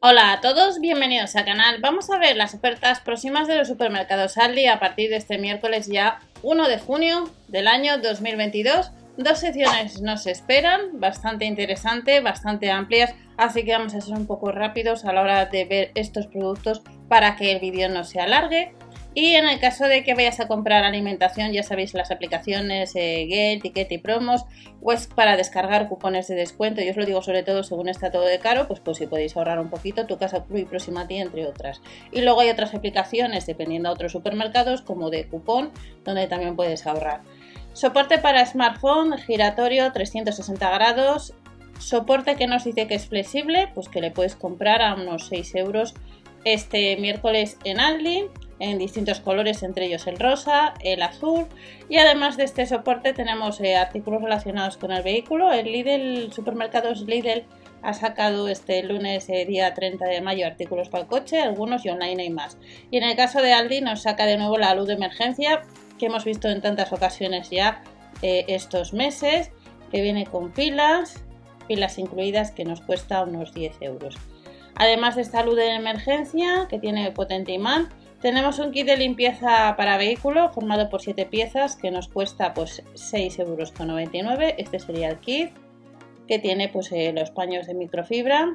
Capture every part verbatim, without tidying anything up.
Hola a todos, bienvenidos al canal. Vamos a ver las ofertas próximas de los supermercados Aldi a partir de este miércoles ya uno de junio del año dos mil veintidós. Dos secciones nos esperan, bastante interesante, bastante amplias, así que vamos a ser un poco rápidos a la hora de ver estos productos para que el vídeo no se alargue. Y en el caso de que vayas a comprar alimentación, ya sabéis las aplicaciones eh, Get, Ticket y Promos, pues para descargar cupones de descuento. Yo os lo digo sobre todo según está todo de caro, pues, pues si podéis ahorrar un poquito, Tu Casa Club y Próxima a Ti, entre otras. Y luego hay otras aplicaciones, dependiendo de otros supermercados, como de cupón, donde también puedes ahorrar. Soporte para smartphone giratorio trescientos sesenta grados. Soporte que nos dice que es flexible, pues que le puedes comprar a unos seis euros este miércoles en Aldi, en distintos colores, entre ellos el rosa, el azul. Y además de este soporte tenemos eh, artículos relacionados con el vehículo. El Lidl, Supermercados Lidl ha sacado este lunes, eh, día treinta de mayo, artículos para el coche, algunos y online hay más. Y en el caso de Aldi nos saca de nuevo la luz de emergencia, que hemos visto en tantas ocasiones ya eh, estos meses, que viene con pilas, pilas incluidas, que nos cuesta unos diez euros. Además de esta luz de emergencia, que tiene potente imán, tenemos un kit de limpieza para vehículo formado por siete piezas que nos cuesta pues seis euros con noventa y nueve. Este sería el kit, que tiene pues eh, los paños de microfibra.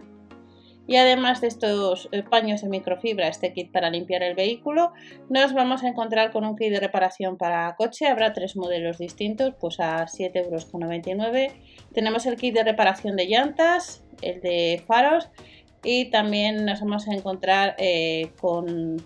Y además de estos eh, paños de microfibra, este kit para limpiar el vehículo, nos vamos a encontrar con un kit de reparación para coche. Habrá tres modelos distintos, pues a siete euros con noventa y nueve. Tenemos el kit de reparación de llantas, el de faros, y también nos vamos a encontrar eh, con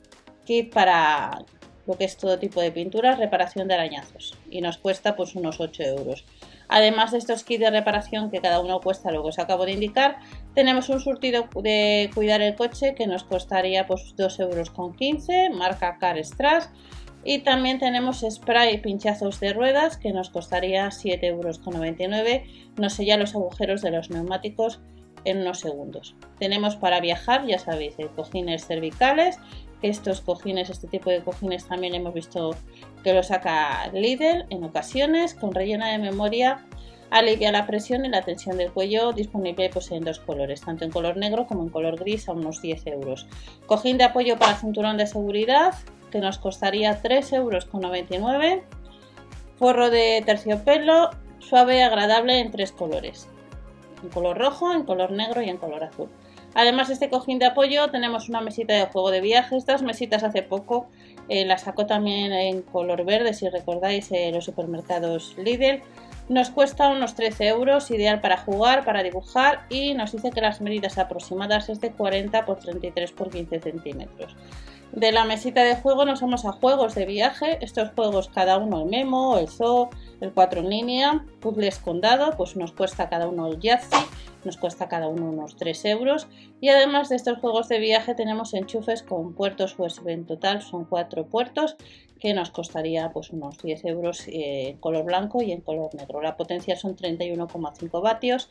kit para lo que es todo tipo de pinturas, reparación de arañazos, y nos cuesta pues unos ocho euros. Además de estos kits de reparación, que cada uno cuesta lo que os acabo de indicar, tenemos un surtido de cuidar el coche que nos costaría pues dos euros con quince, marca Car Strass. Y también tenemos spray y pinchazos de ruedas que nos costaría siete euros con noventa y nueve. Nos sella los agujeros de los neumáticos en unos segundos. Tenemos para viajar, ya sabéis, eh, cojines cervicales, que estos cojines, este tipo de cojines también hemos visto que lo saca Lidl en ocasiones, con relleno de memoria, alivia la presión y la tensión del cuello, disponible pues en dos colores, tanto en color negro como en color gris, a unos diez euros. Cojín de apoyo para cinturón de seguridad, que nos costaría tres euros con noventa y nueve. Forro de terciopelo, suave, agradable, en tres colores, en color rojo, en color negro y en color azul. Además de este cojín de apoyo tenemos una mesita de juego de viaje. Estas mesitas hace poco eh, las sacó también en color verde, si recordáis, eh, los supermercados Lidl. Nos cuesta unos trece euros, ideal para jugar, para dibujar, y nos dice que las medidas aproximadas es de cuarenta por treinta y tres por quince centímetros. De la mesita de juego nos vamos a juegos de viaje. Estos juegos, cada uno el Memo, el Zoo, el cuatro en línea, puzzles con dado, pues nos cuesta cada uno el Yahtzee, nos cuesta cada uno unos tres euros. Y además de estos juegos de viaje tenemos enchufes con puertos U S B, en total son cuatro puertos, que nos costaría pues unos diez euros eh, en color blanco y en color negro. La potencia son treinta y uno coma cinco vatios.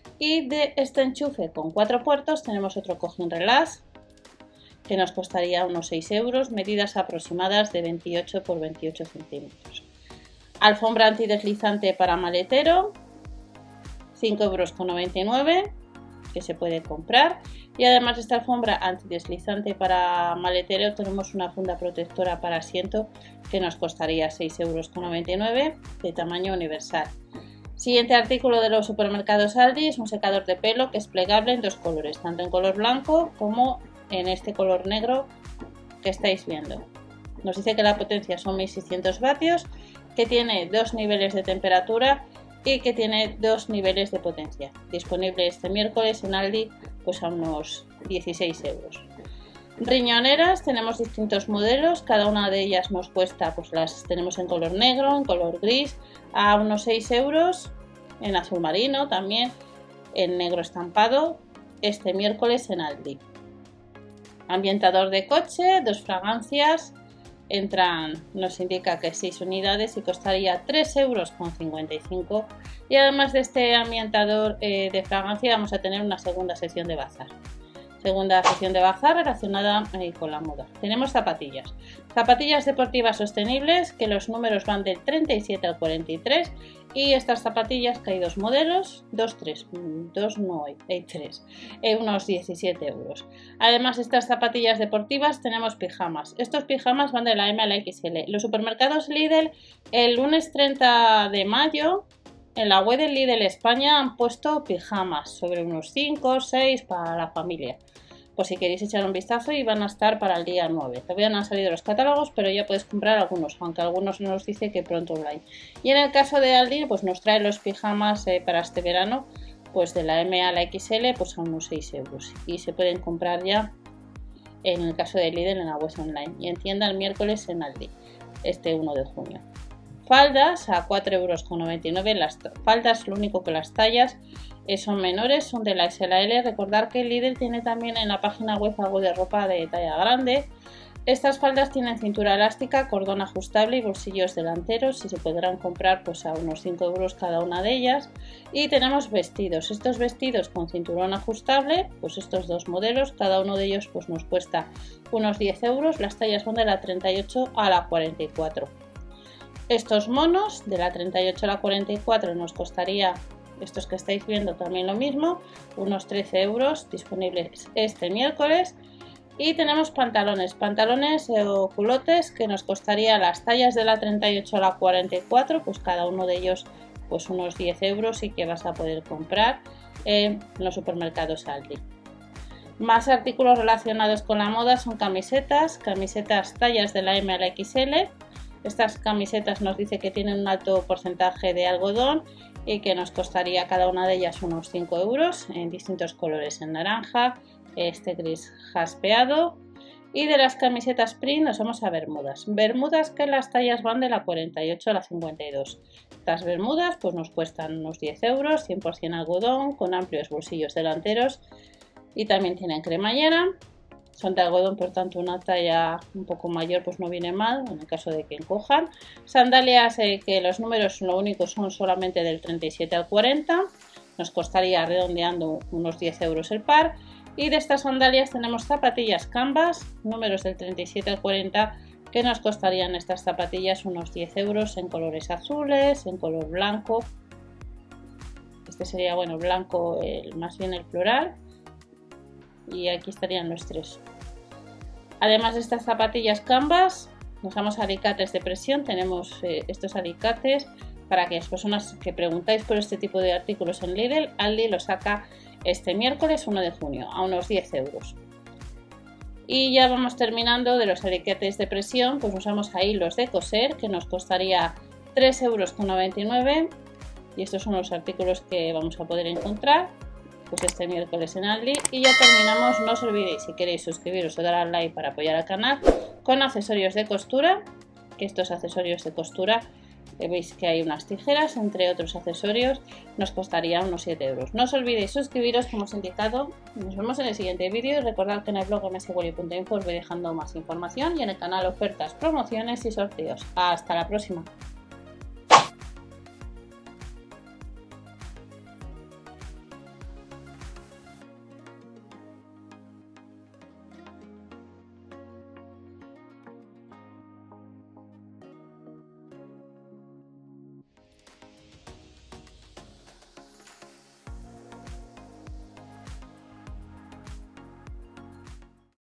Y de este enchufe con cuatro puertos tenemos otro cojín relax, que nos costaría unos seis euros, medidas aproximadas de veintiocho por veintiocho centímetros. Alfombra antideslizante para maletero, cinco euros con noventa y nueve, que se puede comprar. Y además de esta alfombra antideslizante para maletero tenemos una funda protectora para asiento, que nos costaría seis euros con noventa y nueve, de tamaño universal. Siguiente artículo de los supermercados Aldi es un secador de pelo que es plegable en dos colores, tanto en color blanco como en este color negro que estáis viendo. Nos dice que la potencia son mil seiscientos vatios, que tiene dos niveles de temperatura y que tiene dos niveles de potencia. Disponible este miércoles en Aldi pues a unos dieciséis euros. Riñoneras, tenemos distintos modelos, cada una de ellas nos cuesta, pues las tenemos en color negro, en color gris, a unos seis euros, en azul marino también, en negro estampado, este miércoles en Aldi. Ambientador de coche, dos fragancias, entran, nos indica que seis unidades y costaría tres euros con cincuenta y cinco. Y además de este ambientador eh, de fragancia vamos a tener una segunda sección de bazar. Segunda sección de bazar relacionada eh, con la moda. Tenemos zapatillas. Zapatillas deportivas sostenibles, que los números van del treinta y siete al cuarenta y tres. Y estas zapatillas, que hay dos modelos, dos, tres, dos no hay, hay tres, eh, unos diecisiete euros. Además, estas zapatillas deportivas tenemos pijamas. Estos pijamas van de la M a la equis ele. Los supermercados Lidl, el lunes treinta de mayo, en la web de Lidl España han puesto pijamas sobre unos cinco o seis para la familia. Pues si queréis echar un vistazo, y van a estar para el día nueve. Todavía no han salido los catálogos, pero ya puedes comprar algunos, aunque algunos nos dice que pronto online. Y en el caso de Aldi, pues nos trae los pijamas eh, para este verano, pues de la M a la equis ele, pues a unos seis euros. Y se pueden comprar ya, en el caso de Lidl, en la web online. Y en tienda el miércoles en Aldi, este uno de junio. Faldas a cuatro euros con noventa y nueve. Las faldas, lo único que las tallas eh, son menores, son de la ese a la ele. Recordar que Lidl tiene también en la página web algo de ropa de talla grande. Estas faldas tienen cintura elástica, cordón ajustable y bolsillos delanteros, y se podrán comprar pues a unos cinco euros cada una de ellas. Y tenemos vestidos. Estos vestidos con cinturón ajustable, pues estos dos modelos, cada uno de ellos pues nos cuesta unos diez euros. Las tallas son de la treinta y ocho a la cuarenta y cuatro. Estos monos de la treinta y ocho a la cuarenta y cuatro nos costaría, estos que estáis viendo también lo mismo, unos trece euros, disponibles este miércoles. Y tenemos pantalones, pantalones eh, o culotes, que nos costaría las tallas de la treinta y ocho a la cuarenta y cuatro, pues cada uno de ellos pues unos diez euros, y que vas a poder comprar en los supermercados Aldi. Más artículos relacionados con la moda son camisetas, camisetas tallas de la eme a la equis ele. Estas camisetas nos dice que tienen un alto porcentaje de algodón y que nos costaría cada una de ellas unos cinco euros, en distintos colores, en naranja, este gris jaspeado. Y de las camisetas print nos vamos a bermudas. Bermudas que las tallas van de la cuarenta y ocho a la cincuenta y dos. Estas bermudas pues nos cuestan unos diez euros, cien por ciento algodón, con amplios bolsillos delanteros, y también tienen cremallera. Son de algodón, por tanto una talla un poco mayor pues no viene mal en el caso de que encojan. Sandalias eh, que los números lo único son solamente del treinta y siete al cuarenta, nos costaría redondeando unos diez euros el par. Y de estas sandalias tenemos zapatillas Canvas, números del treinta y siete al cuarenta, que nos costarían estas zapatillas unos diez euros, en colores azules, en color blanco. Este sería, bueno, blanco el, más bien el floral. Y aquí estarían los tres. Además de estas zapatillas Canvas, nos vamos a alicates de presión. Tenemos eh, estos alicates para que las personas que preguntáis por este tipo de artículos en Lidl, Aldi lo saca este miércoles uno de junio a unos diez euros. Y ya vamos terminando. De los alicates de presión, pues usamos ahí los de coser, que nos costaría tres euros con noventa y nueve. Y estos son los artículos que vamos a poder encontrar pues este miércoles en Aldi. Y ya terminamos. No os olvidéis, si queréis, suscribiros o dar al like para apoyar al canal, con accesorios de costura, que estos accesorios de costura eh, veis que hay unas tijeras, entre otros accesorios, nos costaría unos siete euros. No os olvidéis suscribiros, como os he indicado. Nos vemos en el siguiente vídeo, y recordad que en el blog eme ese wally punto info os voy dejando más información, y en el canal ofertas, promociones y sorteos. Hasta la próxima.